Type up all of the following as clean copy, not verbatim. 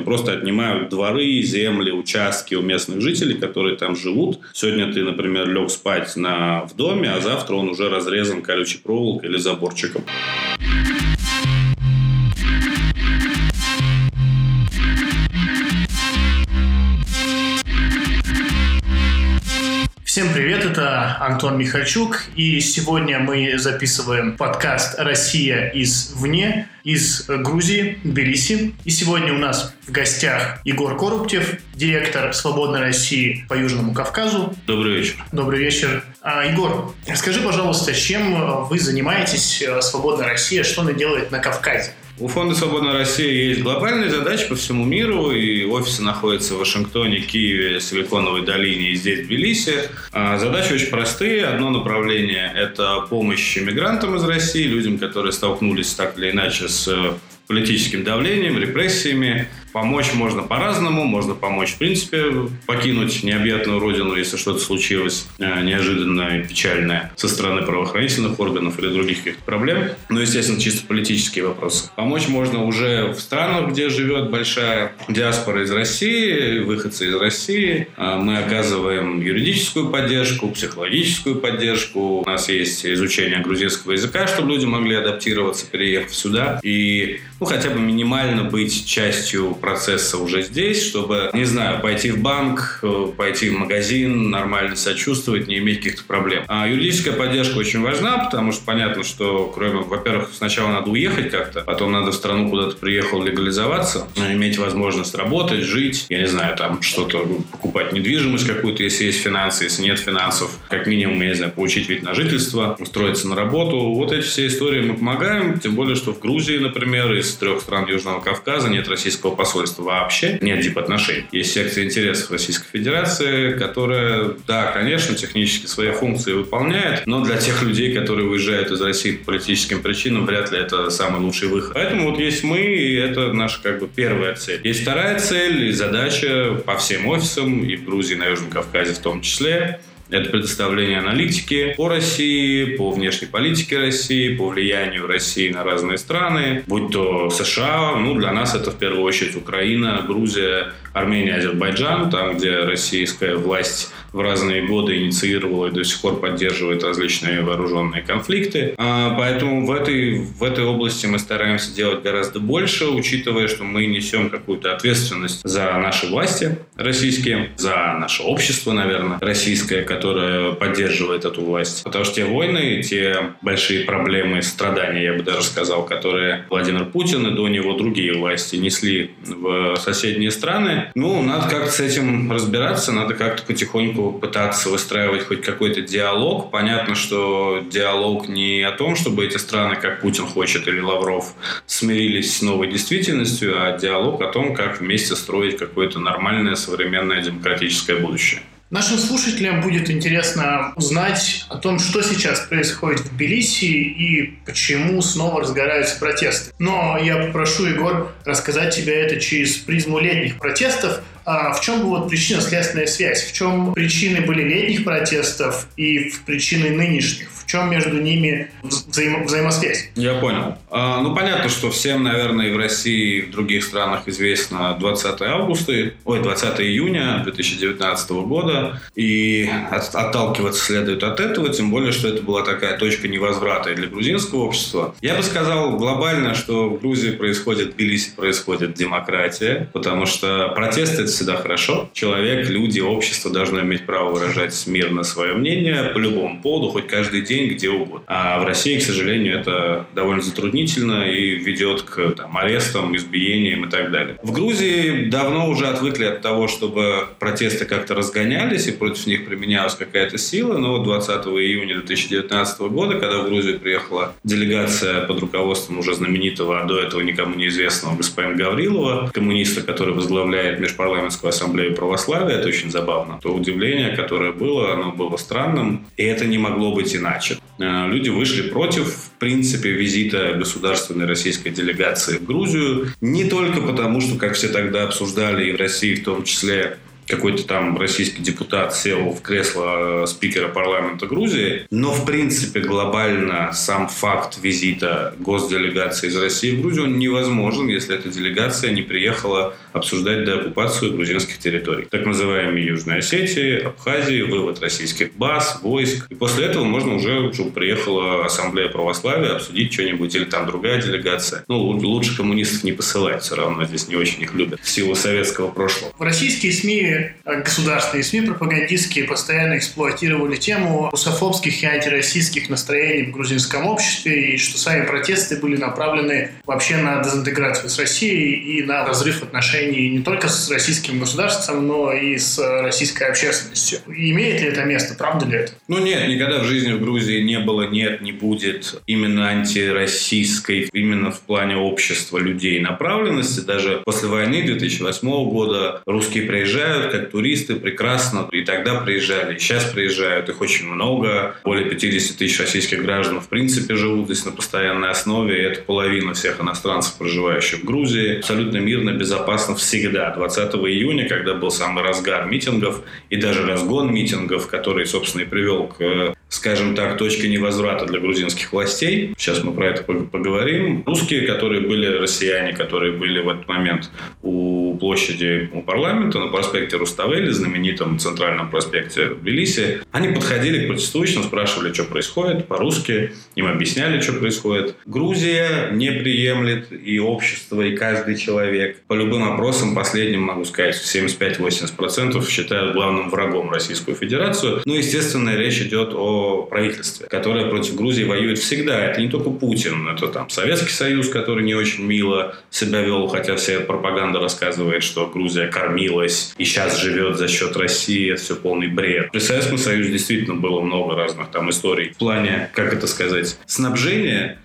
просто отнимают дворы, земли, участки у местных жителей, которые там живут. Сегодня ты, например, лег спать в доме, а завтра он уже разрезан колючей проволокой или заборчиком. Всем привет, это Антон Михальчук, и сегодня мы записываем подкаст «Россия извне» из Грузии, Тбилиси. И сегодня у нас в гостях Егор Коруптев, директор «Свободной России» по Южному Кавказу. Добрый вечер. Добрый вечер. Егор, расскажи, пожалуйста, чем вы занимаетесь, «Свободная Россия», что она делает на Кавказе? У Фонда «Свободная Россия» есть глобальные задачи по всему миру, и офисы находятся в Вашингтоне, Киеве, Силиконовой долине и здесь, в Тбилиси. Задачи очень простые. Одно направление – это помощь иммигрантам из России, людям, которые столкнулись так или иначе с политическим давлением, репрессиями. Помочь можно по-разному. Можно помочь, в принципе, покинуть необъятную родину, если что-то случилось неожиданное и печальное со стороны правоохранительных органов или других каких-то проблем. Но, естественно, чисто политические вопросы. Помочь можно уже в странах, где живет большая диаспора из России, выходцы из России. Мы оказываем юридическую поддержку, психологическую поддержку. У нас есть изучение грузинского языка, чтобы люди могли адаптироваться, переехав сюда. И хотя бы минимально быть частью процесса уже здесь, чтобы, не знаю, пойти в банк, пойти в магазин, нормально себя чувствовать, не иметь каких-то проблем. А юридическая поддержка очень важна, потому что понятно, что, во-первых, сначала надо уехать как-то, потом надо в страну, куда ты приехал, легализоваться, иметь возможность работать, жить, я не знаю, там что-то покупать, недвижимость какую-то, если есть финансы, если нет финансов, как минимум, я не знаю, получить вид на жительство, устроиться на работу. Вот эти все истории мы помогаем, тем более, что в Грузии, например, из 3 стран Южного Кавказа нет российского посольства вообще, нет дипотношений. Есть секция интересов Российской Федерации, которая, да, конечно, технически свои функции выполняет, но для тех людей, которые уезжают из России по политическим причинам, вряд ли это самый лучший выход. Поэтому вот есть мы, и это наша первая цель. Есть вторая цель и задача по всем офисам, и в Грузии, и на Южном Кавказе в том числе. Это предоставление аналитики по России, по внешней политике России, по влиянию России на разные страны, будь то США, для нас это в первую очередь Украина, Грузия, Армения, Азербайджан, там, где российская власть в разные годы инициировала и до сих пор поддерживает различные вооруженные конфликты. Поэтому в этой области мы стараемся делать гораздо больше, учитывая, что мы несем какую-то ответственность за наши власти российские, за наше общество, наверное, российское, которое поддерживает эту власть. Потому что те войны, те большие проблемы, страдания, я бы даже сказал, которые Владимир Путин и до него другие власти несли в соседние страны, надо как-то с этим разбираться, надо как-то потихоньку пытаться выстраивать хоть какой-то диалог. Понятно, что диалог не о том, чтобы эти страны, как Путин хочет или Лавров, смирились с новой действительностью, а диалог о том, как вместе строить какое-то нормальное, современное, демократическое будущее. Нашим слушателям будет интересно узнать о том, что сейчас происходит в Тбилиси и почему снова разгораются протесты. Но я попрошу, Егор, рассказать тебе это через призму летних протестов. В чем была причинно-следственная связь? В чем причины были летних протестов и причины нынешних? В чем между ними взаимосвязь? Я понял. Понятно, что всем, наверное, и в России, и в других странах известно 20 июня 2019 года. И отталкиваться следует от этого, тем более, что это была такая точка невозврата и для грузинского общества. Я бы сказал глобально, что в Грузии происходит, в Тбилиси происходит демократия, потому что протесты – это всегда хорошо. Человек, люди, общество должно иметь право выражать мирно свое мнение по любому поводу, хоть каждый день, где угодно. А в России, к сожалению, это довольно затруднительно и ведет к арестам, избиениям и так далее. В Грузии давно уже отвыкли от того, чтобы протесты как-то разгонялись и против них применялась какая-то сила. Но 20 июня 2019 года, когда в Грузию приехала делегация под руководством уже знаменитого, а до этого никому неизвестного господина Гаврилова, коммуниста, который возглавляет Межпарламентскую ассамблею православия, это очень забавно. То удивление, которое было, оно было странным, и это не могло быть иначе. Люди вышли против, в принципе, визита государственной российской делегации в Грузию. Не только потому, что, как все тогда обсуждали, и в России в том числе, какой-то там российский депутат сел в кресло спикера парламента Грузии. Но, в принципе, глобально сам факт визита госделегации из России в Грузию он невозможен, если эта делегация не приехала обсуждать деоккупацию грузинских территорий. Так называемые Южной Осетии, Абхазии, вывод российских баз, войск. И после этого можно уже, чтобы приехала Ассамблея православия, обсудить что-нибудь, или там другая делегация. Лучше коммунистов не посылать, все равно здесь не очень их любят в силу советского прошлого. Российские СМИ, государственные СМИ пропагандистские, постоянно эксплуатировали тему русофобских и антироссийских настроений в грузинском обществе, и что сами протесты были направлены вообще на дезинтеграцию с Россией и на разрыв отношений не только с российским государством, но и с российской общественностью. Имеет ли это место? Правда ли это? Нет, никогда в жизни в Грузии не было, нет, не будет именно антироссийской, именно в плане общества людей направленности. Даже после войны 2008 года русские приезжают как туристы прекрасно, и тогда приезжали, и сейчас приезжают, их очень много. Более 50 тысяч российских граждан в принципе живут здесь на постоянной основе, и это половина всех иностранцев, проживающих в Грузии. Абсолютно мирно, безопасно всегда. 20 июня, когда был самый разгар митингов и даже разгон митингов, который, собственно, и привел к, скажем так, точке невозврата для грузинских властей. Сейчас мы про это поговорим. Русские, которые были россияне, которые были в этот момент у площади у парламента, на проспекте Руставели, знаменитом центральном проспекте Тбилиси, они подходили к протестующим, спрашивали, что происходит, по-русски, им объясняли, что происходит. Грузия не приемлет и общество, и каждый человек. По любым опросам, последним могу сказать, 75-80% считают главным врагом Российскую Федерацию. Естественно, речь идет о правительстве, которое против Грузии воюет всегда. Это не только Путин, это там Советский Союз, который не очень мило себя вел, хотя вся пропаганда рассказывает, что Грузия кормилась и сейчас живет за счет России. Это все полный бред. При Советском Союзе действительно было много разных там историй в плане, как это сказать, снабжения,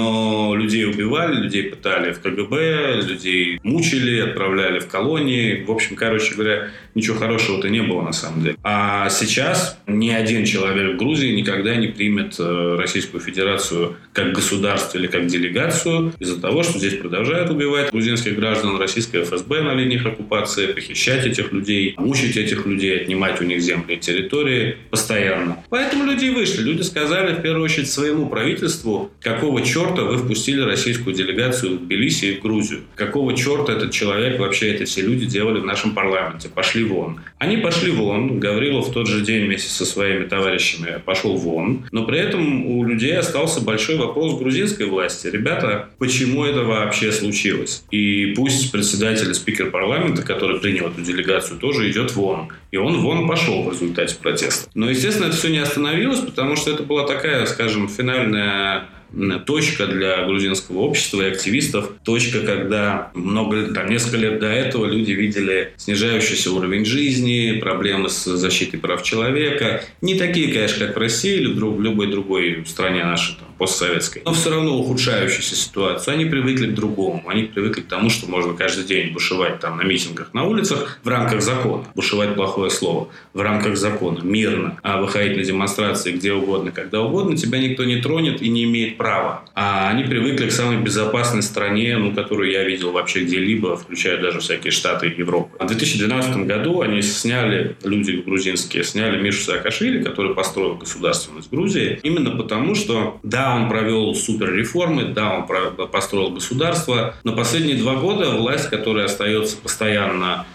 но людей убивали, людей пытали в КГБ, людей мучили, отправляли в колонии. В общем, короче говоря, ничего хорошего-то не было на самом деле. А сейчас ни один человек в Грузии никогда не примет Российскую Федерацию как государство или как делегацию из-за того, что здесь продолжают убивать грузинских граждан, российское ФСБ на линиях оккупации, похищать этих людей, мучить этих людей, отнимать у них земли и территории постоянно. Поэтому люди вышли. Люди сказали в первую очередь своему правительству, какого черта вы впустили российскую делегацию в Тбилиси и в Грузию. Какого черта этот человек, вообще эти все люди делали в нашем парламенте. Пошли вон. Они пошли вон. Гаврилов в тот же день вместе со своими товарищами пошел вон. Но при этом у людей остался большой вопрос грузинской власти. Ребята, почему это вообще случилось? И пусть председатель и спикер парламента, который принял эту делегацию, тоже идет вон. И он вон пошел в результате протеста. Но, естественно, это все не остановилось, потому что это была такая, скажем, финальная точка для грузинского общества и активистов. Точка, когда несколько лет до этого люди видели снижающийся уровень жизни, проблемы с защитой прав человека. Не такие, конечно, как в России или в любой другой стране нашей, постсоветской. Но все равно ухудшающуюся ситуацию. Они привыкли к другому. Они привыкли к тому, что можно каждый день бушевать на митингах на улицах в рамках закона. Бушевать плохое слово. В рамках закона. Мирно. А выходить на демонстрации где угодно, когда угодно. Тебя никто не тронет и не имеет права. А они привыкли к самой безопасной стране, которую я видел вообще где-либо, включая даже всякие штаты Европы. В 2012 году они люди грузинские, сняли Мишу Саакашвили, который построил государственность Грузии, именно потому, что он провел суперреформы, он построил государство, но последние 2 года власть, которая остается постоянно,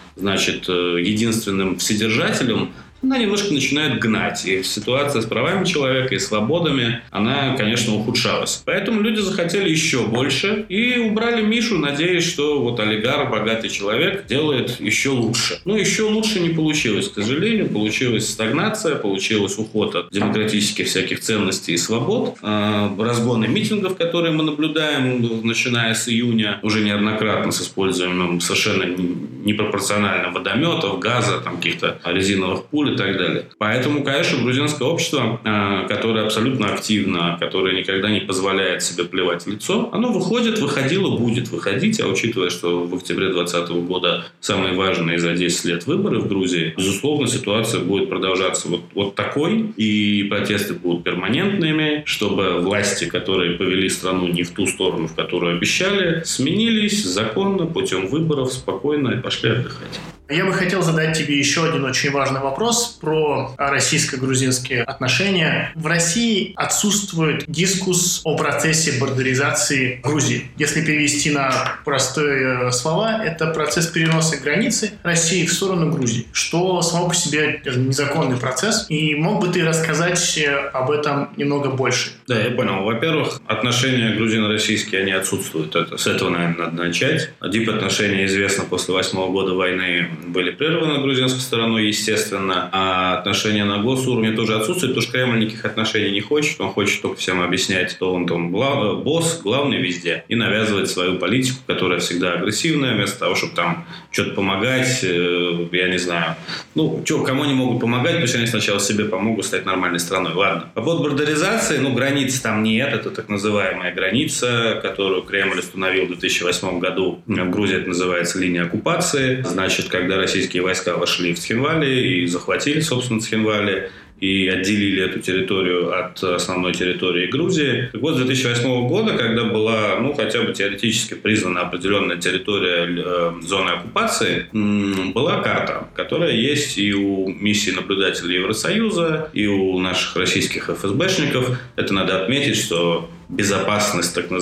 единственным вседержателем, она немножко начинает гнать. И ситуация с правами человека и свободами, она, конечно, ухудшалась. Поэтому люди захотели еще больше и убрали Мишу, надеясь, что олигарх, богатый человек, делает еще лучше. Но еще лучше не получилось, к сожалению. Получилась стагнация, получилось уход от демократических всяких ценностей и свобод. Разгоны митингов, которые мы наблюдаем, начиная с июня, уже неоднократно с использованием совершенно непропорционально водометов, газа, каких-то резиновых пуль и так далее. Поэтому, конечно, грузинское общество, которое абсолютно активно, которое никогда не позволяет себе плевать в лицо, оно выходило, будет выходить, а учитывая, что в октябре 2020 года самые важные за 10 лет выборы в Грузии, безусловно, ситуация будет продолжаться вот такой, и протесты будут перманентными, чтобы власти, которые повели страну не в ту сторону, в которую обещали, сменились законно, путем выборов, спокойно и пошли отдыхать. Я бы хотел задать тебе еще один очень важный вопрос про российско-грузинские отношения. В России отсутствует дискурс о процессе бордеризации Грузии. Если перевести на простые слова, это процесс переноса границы России в сторону Грузии, что само по себе незаконный процесс. И мог бы ты рассказать об этом немного больше? Да, я понял. Во-первых, отношения грузино-российские, они отсутствуют. С этого, наверное, надо начать. Дипотношения, известно, после 8 года войны были прерваны грузинской стороной, естественно. А отношения на госуровне тоже отсутствуют, потому что Кремль никаких отношений не хочет. Он хочет только всем объяснять, что он там босс, главный везде. И навязывает свою политику, которая всегда агрессивная, вместо того, чтобы там что-то помогать, я не знаю. Кому они могут помогать, пусть они сначала себе помогут стать нормальной страной. Ладно. По поводу бордеризации, границ там нет. Это так называемая граница, которую Кремль установил в 2008 году. В Грузии это называется линия оккупации. Значит, когда российские войска вошли в Цхинвали и захватили, собственно, Цхинвали, и отделили эту территорию от основной территории Грузии. Так вот, с 2008 года, когда была, хотя бы теоретически признана определенная территория зоны оккупации, была карта, которая есть и у миссии наблюдателей Евросоюза, и у наших российских ФСБшников. Это надо отметить, что безопасность так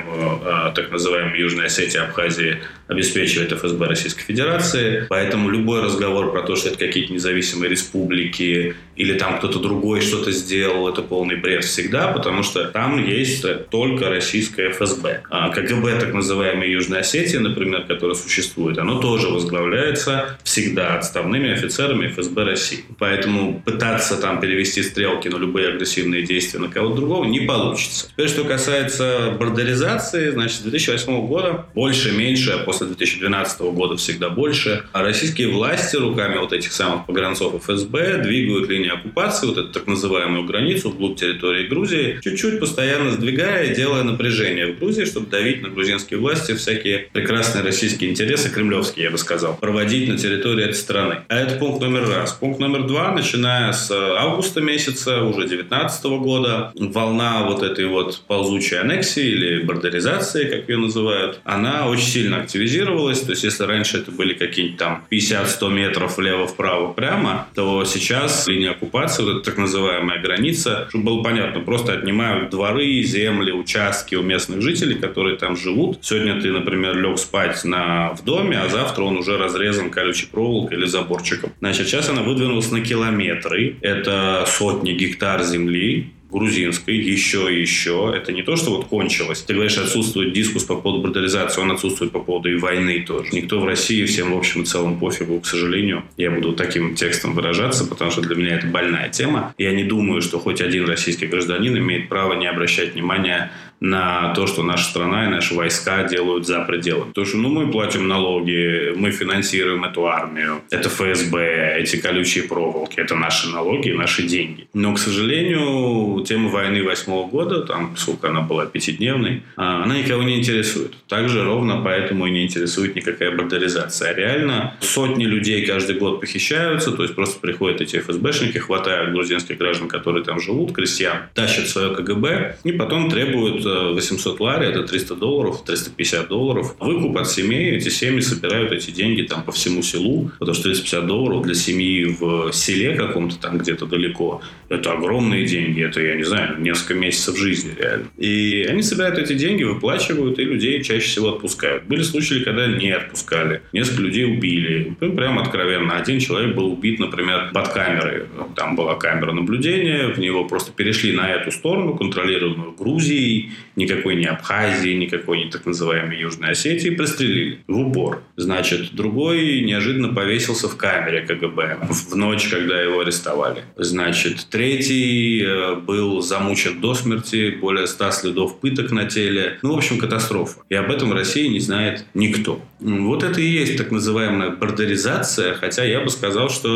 называемой Южной Осетии, Абхазии обеспечивает ФСБ Российской Федерации. Поэтому любой разговор про то, что это какие-то независимые республики или там кто-то другой что-то сделал, это полный бред всегда, потому что там есть только российское ФСБ. КГБ так называемой Южной Осетии, например, которое существует, оно тоже возглавляется всегда отставными офицерами ФСБ России. Поэтому пытаться там перевести стрелки на любые агрессивные действия на кого-то другого не получится. Теперь, что касается бордеризации, значит, с 2008 года больше-меньше, а после 2012 года всегда больше, а российские власти руками вот этих самых погранцов ФСБ двигают линию оккупации, вот эту так называемую границу вглубь территории Грузии, чуть-чуть постоянно сдвигая, делая напряжение в Грузии, чтобы давить на грузинские власти всякие прекрасные российские интересы, кремлевские, я бы сказал, проводить на территории этой страны. А это пункт номер раз. Пункт номер два, начиная с августа месяца, уже 2019 года, волна вот этой вот ползучей аннексии или бордеризации, как ее называют, она очень сильно активизировалась. То есть, если раньше это были какие-нибудь там 50-100 метров влево-вправо прямо, то сейчас линия оккупации, вот эта так называемая граница, чтобы было понятно, просто отнимают дворы, земли, участки у местных жителей, которые там живут. Сегодня ты, например, лег спать в доме, а завтра он уже разрезан колючей проволокой или заборчиком. Значит, сейчас она выдвинулась на километры. Это сотни гектар земли грузинской, еще и еще. Это не то, что вот кончилось. Ты говоришь, отсутствует дискурс по поводу бордеризации, он отсутствует по поводу и войны тоже. Никто в России, всем в общем и целом пофигу, к сожалению. Я буду таким текстом выражаться, потому что для меня это больная тема. Я не думаю, что хоть один российский гражданин имеет право не обращать внимания на то, что наша страна и наши войска делают за пределами. Потому что мы платим налоги, мы финансируем эту армию, это ФСБ, эти колючие проволоки, это наши налоги и наши деньги. Но, к сожалению, тема войны 8 года, там, сколько она была, 5-дневной, она никого не интересует. Также ровно поэтому и не интересует никакая бордеризация. Реально сотни людей каждый год похищаются, то есть просто приходят эти ФСБшники, хватают грузинских граждан, которые там живут, крестьян, тащат свое КГБ и потом требуют 800 лари, это $300, $350, выкуп от семей. Эти семьи собирают эти деньги там по всему селу, потому что $350 для семьи в селе каком-то там где-то далеко, это огромные деньги, это, я не знаю, несколько месяцев жизни реально. И они собирают эти деньги, выплачивают, и людей чаще всего отпускают. Были случаи, когда не отпускали. Несколько людей убили. Прям откровенно. Один человек был убит, например, под камерой. Там была камера наблюдения, в него просто перешли на эту сторону, контролируемую Грузией, никакой не Абхазии, никакой не так называемой Южной Осетии, пристрелили в упор. Значит, другой неожиданно повесился в камере КГБ в ночь, когда его арестовали. Значит, третий был замучен до смерти, более 100 следов пыток на теле. В общем, катастрофа. И об этом в России не знает никто. Вот это и есть так называемая бордеризация, хотя я бы сказал, что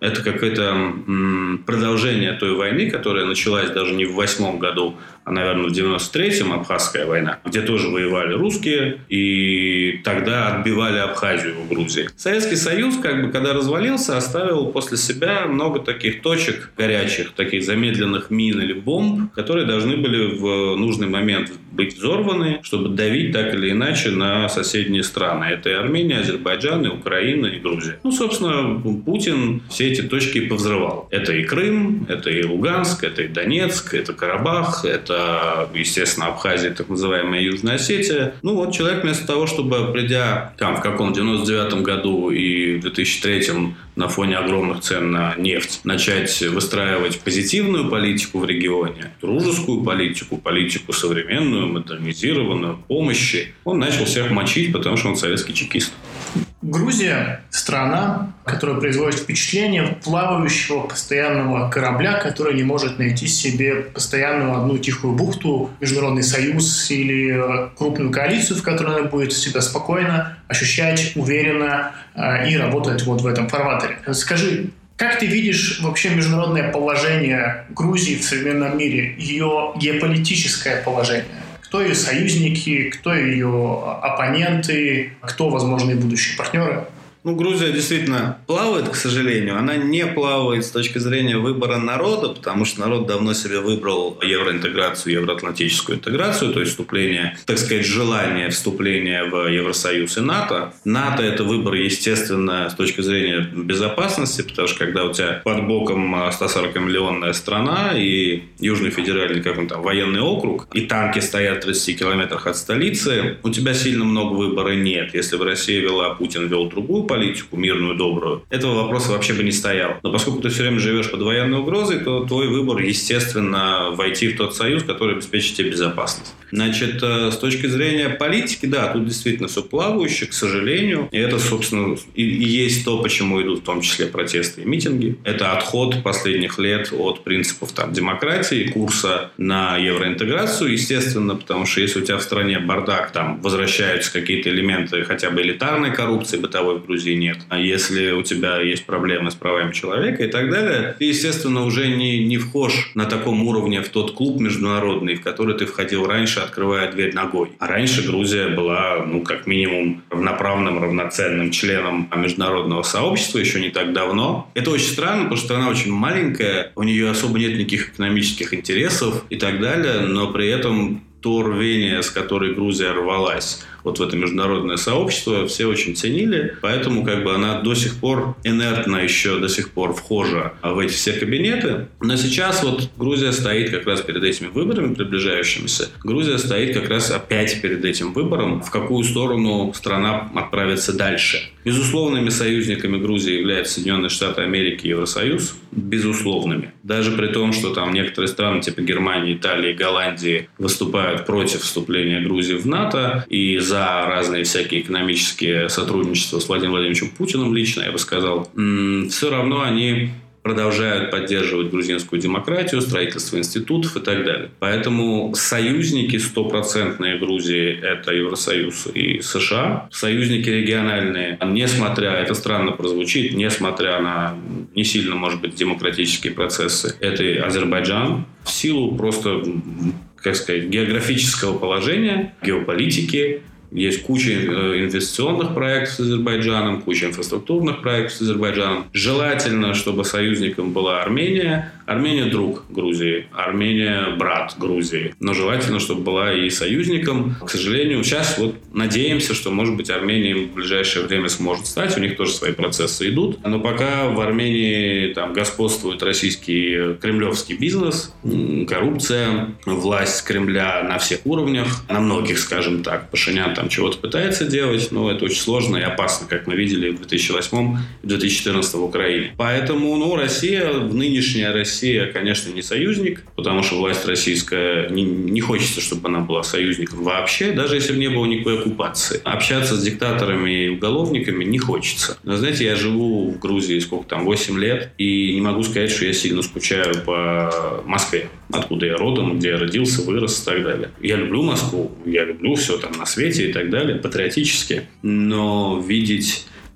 Это какое-то продолжение той войны, которая началась даже не в 1908 году, а, наверное, в 1993-м, Абхазская война, где тоже воевали русские, и тогда отбивали Абхазию в Грузии. Советский Союз, когда развалился, оставил после себя много таких точек горячих, таких замедленных мин или бомб, которые должны были в нужный момент быть взорваны, чтобы давить так или иначе на соседние страны. Это и Армения, Азербайджан, и Украина, и Грузия. Собственно, Путин все эти точки и повзрывал. Это и Крым, это и Луганск, это и Донецк, это Карабах, это, естественно, Абхазия, так называемая Южная Осетия. Человек вместо того, чтобы, придя в каком 99-м году и в 2003-м на фоне огромных цен на нефть, начать выстраивать позитивную политику в регионе, дружескую политику современную, модернизированную, помощи, он начал всех мочить, потому что он советский чекист. Грузия – страна, которая производит впечатление плавающего постоянного корабля, который не может найти себе постоянную одну тихую бухту, Международный союз или крупную коалицию, в которой она будет себя спокойно ощущать, уверенно и работать в этом фарватере. Скажи, как ты видишь вообще международное положение Грузии в современном мире, ее геополитическое положение? Кто ее союзники, кто ее оппоненты, кто возможные будущие партнеры? Грузия действительно плавает, к сожалению. Она не плавает с точки зрения выбора народа, потому что народ давно себе выбрал евроинтеграцию, евроатлантическую интеграцию, то есть вступление, так сказать, желание вступления в Евросоюз и НАТО. НАТО – это выбор, естественно, с точки зрения безопасности, потому что когда у тебя под боком 140-миллионная страна и Южный федеральный военный округ, и танки стоят в 30 километрах от столицы, у тебя сильно много выбора нет. Если бы Россия вела, Путин вел другую политику, мирную, добрую, этого вопроса вообще бы не стоял. Но поскольку ты все время живешь под военной угрозой, то твой выбор, естественно, войти в тот союз, который обеспечит тебе безопасность. Значит, с точки зрения политики, да, тут действительно все плавающе, к сожалению. И это, собственно, и есть то, почему идут в том числе протесты и митинги. Это отход последних лет от принципов демократии, курса на евроинтеграцию, естественно, потому что если у тебя в стране бардак, возвращаются какие-то элементы хотя бы элитарной коррупции, бытовой в Грузии нет. А если у тебя есть проблемы с правами человека и так далее, ты, естественно, уже не вхож на таком уровне в тот клуб международный, в который ты входил раньше, открывая дверь ногой. А раньше Грузия была, как минимум, равноправным, равноценным членом международного сообщества еще не так давно. Это очень странно, потому что страна очень маленькая, у нее особо нет никаких экономических интересов и так далее, но при этом то рвение, с которой Грузия рвалась в это международное сообщество, все очень ценили. Поэтому она до сих пор инертно еще до сих пор вхожа в эти все кабинеты. Но сейчас Грузия стоит как раз перед этими выборами приближающимися. Грузия стоит как раз опять перед этим выбором, в какую сторону страна отправится дальше. Безусловными союзниками Грузии являются Соединенные Штаты Америки и Евросоюз. Безусловными. Даже при том, что некоторые страны типа Германии, Италии, Голландии выступают против вступления Грузии в НАТО и за разные всякие экономические сотрудничества с Владимиром Владимировичем Путиным лично, я бы сказал, все равно они продолжают поддерживать грузинскую демократию, строительство институтов и так далее. Поэтому союзники стопроцентные Грузии – это Евросоюз и США. Союзники региональные, несмотря, это странно прозвучит, несмотря на не сильно, может быть, демократические процессы, это и Азербайджан. В силу просто, географического положения, геополитики. Есть куча инвестиционных проектов с Азербайджаном, куча инфраструктурных проектов с Азербайджаном. Желательно, чтобы союзником была Армения. Армения – друг Грузии, Армения – брат Грузии. Но желательно, чтобы была и союзником. К сожалению, сейчас надеемся, что, может быть, Армения в ближайшее время сможет стать. У них тоже свои процессы идут. Но пока в Армении господствует российский кремлевский бизнес, коррупция, власть Кремля на всех уровнях, на многих, скажем так. Пашинян чего-то пытается делать, но это очень сложно и опасно, как мы видели в 2008 и 2014 в Украине. Поэтому, Россия, нынешняя Россия, конечно, не союзник, потому что власть российская не хочется, чтобы она была союзником вообще, даже если бы не было никакой оккупации. Общаться с диктаторами и уголовниками не хочется. Но, знаете, я живу в Грузии 8 лет, и не могу сказать, что я сильно скучаю по Москве, откуда я родом, где я родился, вырос и так далее. Я люблю Москву, я люблю все на свете и так далее, патриотически, но видеть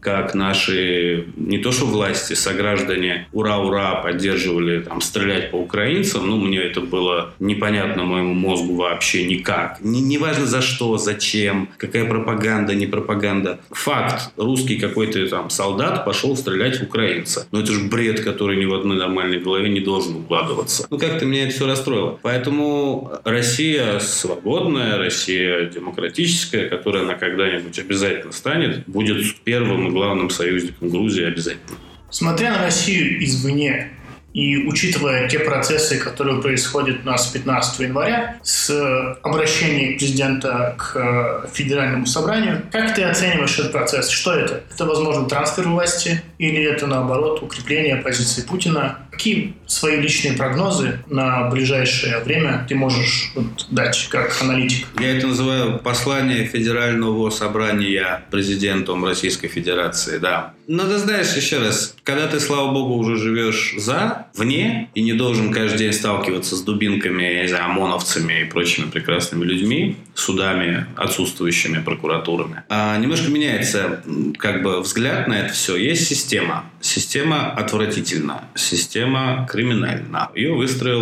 как наши, не то что власти, сограждане, ура-ура, поддерживали там стрелять по украинцам, мне это было непонятно моему мозгу вообще никак. Неважно за что, зачем, какая пропаганда, не пропаганда. Факт, русский какой-то там солдат пошел стрелять в украинца. Это же бред, который ни в одной нормальной голове не должен укладываться. Как-то меня это все расстроило. Поэтому Россия свободная, Россия демократическая, которая она когда-нибудь обязательно станет, будет первым и главным союзником Грузии обязательно. Смотря на Россию извне и учитывая те процессы, которые происходят у нас 15 января с обращением президента к Федеральному собранию, как ты оцениваешь этот процесс? Что это? Это, возможно, трансфер власти или это, наоборот, укрепление позиции Путина? Какие свои личные прогнозы на ближайшее время ты можешь дать как аналитик? Я это называю послание Федерального собрания президентом Российской Федерации, да. Но ты знаешь, еще раз, когда ты, слава богу, уже живешь вне и не должен каждый день сталкиваться с дубинками, я не знаю, ОМОНовцами и прочими прекрасными людьми, судами, отсутствующими прокуратурами, немножко меняется взгляд на это все. Есть система. Система отвратительна. Система криминальна. Ее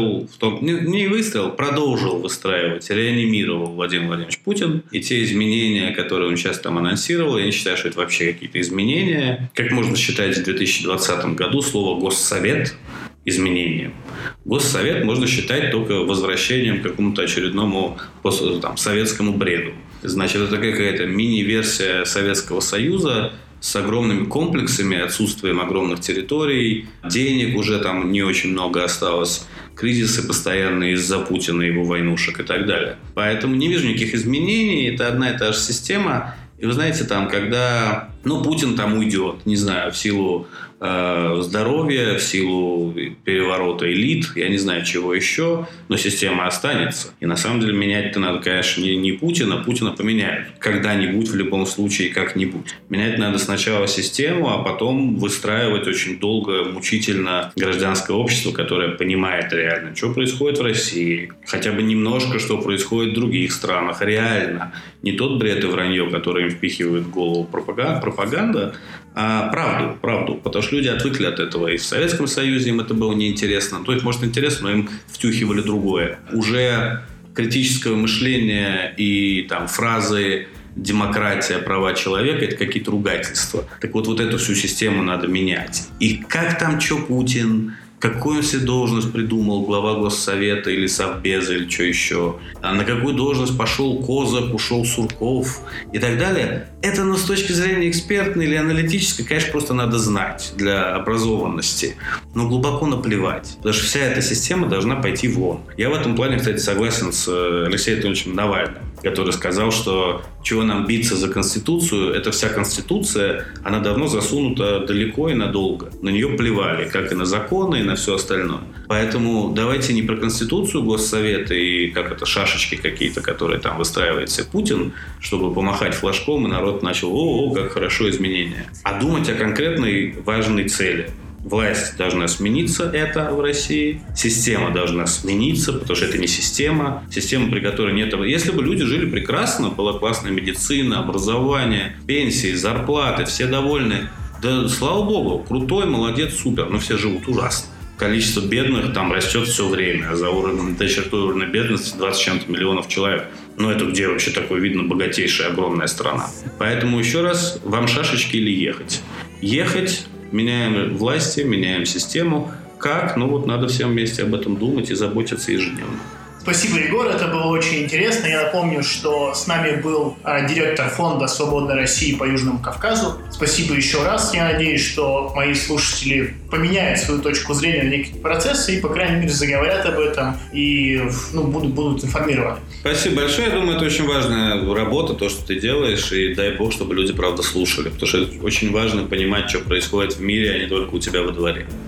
продолжил выстраивать, реанимировал Владимир Владимирович Путин. И те изменения, которые он сейчас там анонсировал, я не считаю, что это вообще какие-то изменения. Как можно считать в 2020 году слово «госсовет» изменением? Госсовет можно считать только возвращением к какому-то очередному советскому бреду. Значит, это какая-то мини-версия Советского Союза с огромными комплексами, отсутствием огромных территорий, денег уже там не очень много осталось, кризисы постоянные из-за Путина, его войнушек и так далее. Поэтому не вижу никаких изменений, это одна и та же система. И вы знаете, когда Путин уйдет, не знаю, в силу здоровья, в силу переворота элит, я не знаю, чего еще, но система останется. И на самом деле менять-то надо, конечно, не Путина поменяют. Когда-нибудь, в любом случае, как-нибудь. Менять надо сначала систему, а потом выстраивать очень долго, мучительно гражданское общество, которое понимает реально, что происходит в России, хотя бы немножко, что происходит в других странах, реально. Не тот бред и вранье, которое им впихивает в голову пропаганда, а правду. Потому что люди отвыкли от этого. И в Советском Союзе им это было неинтересно. То есть, может, интересно, но им втюхивали другое. Уже критическое мышление и фразы «демократия, права человека» — это какие-то ругательства. Так вот эту всю систему надо менять. И как что Путин, какую он себе должность придумал, глава Госсовета или Совбеза или что еще, а на какую должность пошел Козак, ушел Сурков и так далее. Это, с точки зрения экспертной или аналитической, конечно, просто надо знать для образованности. Но глубоко наплевать. Потому что вся эта система должна пойти вон. Я в этом плане, кстати, согласен с Алексеем Анатольевичем Навальным, который сказал, что чего нам биться за Конституцию, это вся Конституция, она давно засунута далеко и надолго. На нее плевали, как и на законы, и на все остальное. Поэтому давайте не про Конституцию Госсовета и шашечки какие-то, которые там выстраивает себе Путин, чтобы помахать флажком, и народ начал, как хорошо изменения. А думать о конкретной важной цели. Власть должна смениться, это в России. Система должна смениться, потому что это не система. Система, при которой нет... Если бы люди жили прекрасно, была классная медицина, образование, пенсии, зарплаты, все довольны. Да, слава богу, крутой, молодец, супер. Но все живут ужасно. Количество бедных растет все время. А до чертой уровня бедности 20 с чем-то миллионов человек. Это где вообще такое видно богатейшая, огромная страна. Поэтому еще раз, вам шашечки или ехать? Ехать. Меняем власти, меняем систему. Как? Надо всем вместе об этом думать и заботиться ежедневно. Спасибо, Егор, это было очень интересно. Я напомню, что с нами был директор фонда «Свободной России» по Южному Кавказу. Спасибо еще раз. Я надеюсь, что мои слушатели поменяют свою точку зрения на некие процессы и, по крайней мере, заговорят об этом и будут информированы. Спасибо большое. Я думаю, это очень важная работа, то, что ты делаешь. И дай бог, чтобы люди, правда, слушали. Потому что это очень важно понимать, что происходит в мире, а не только у тебя во дворе.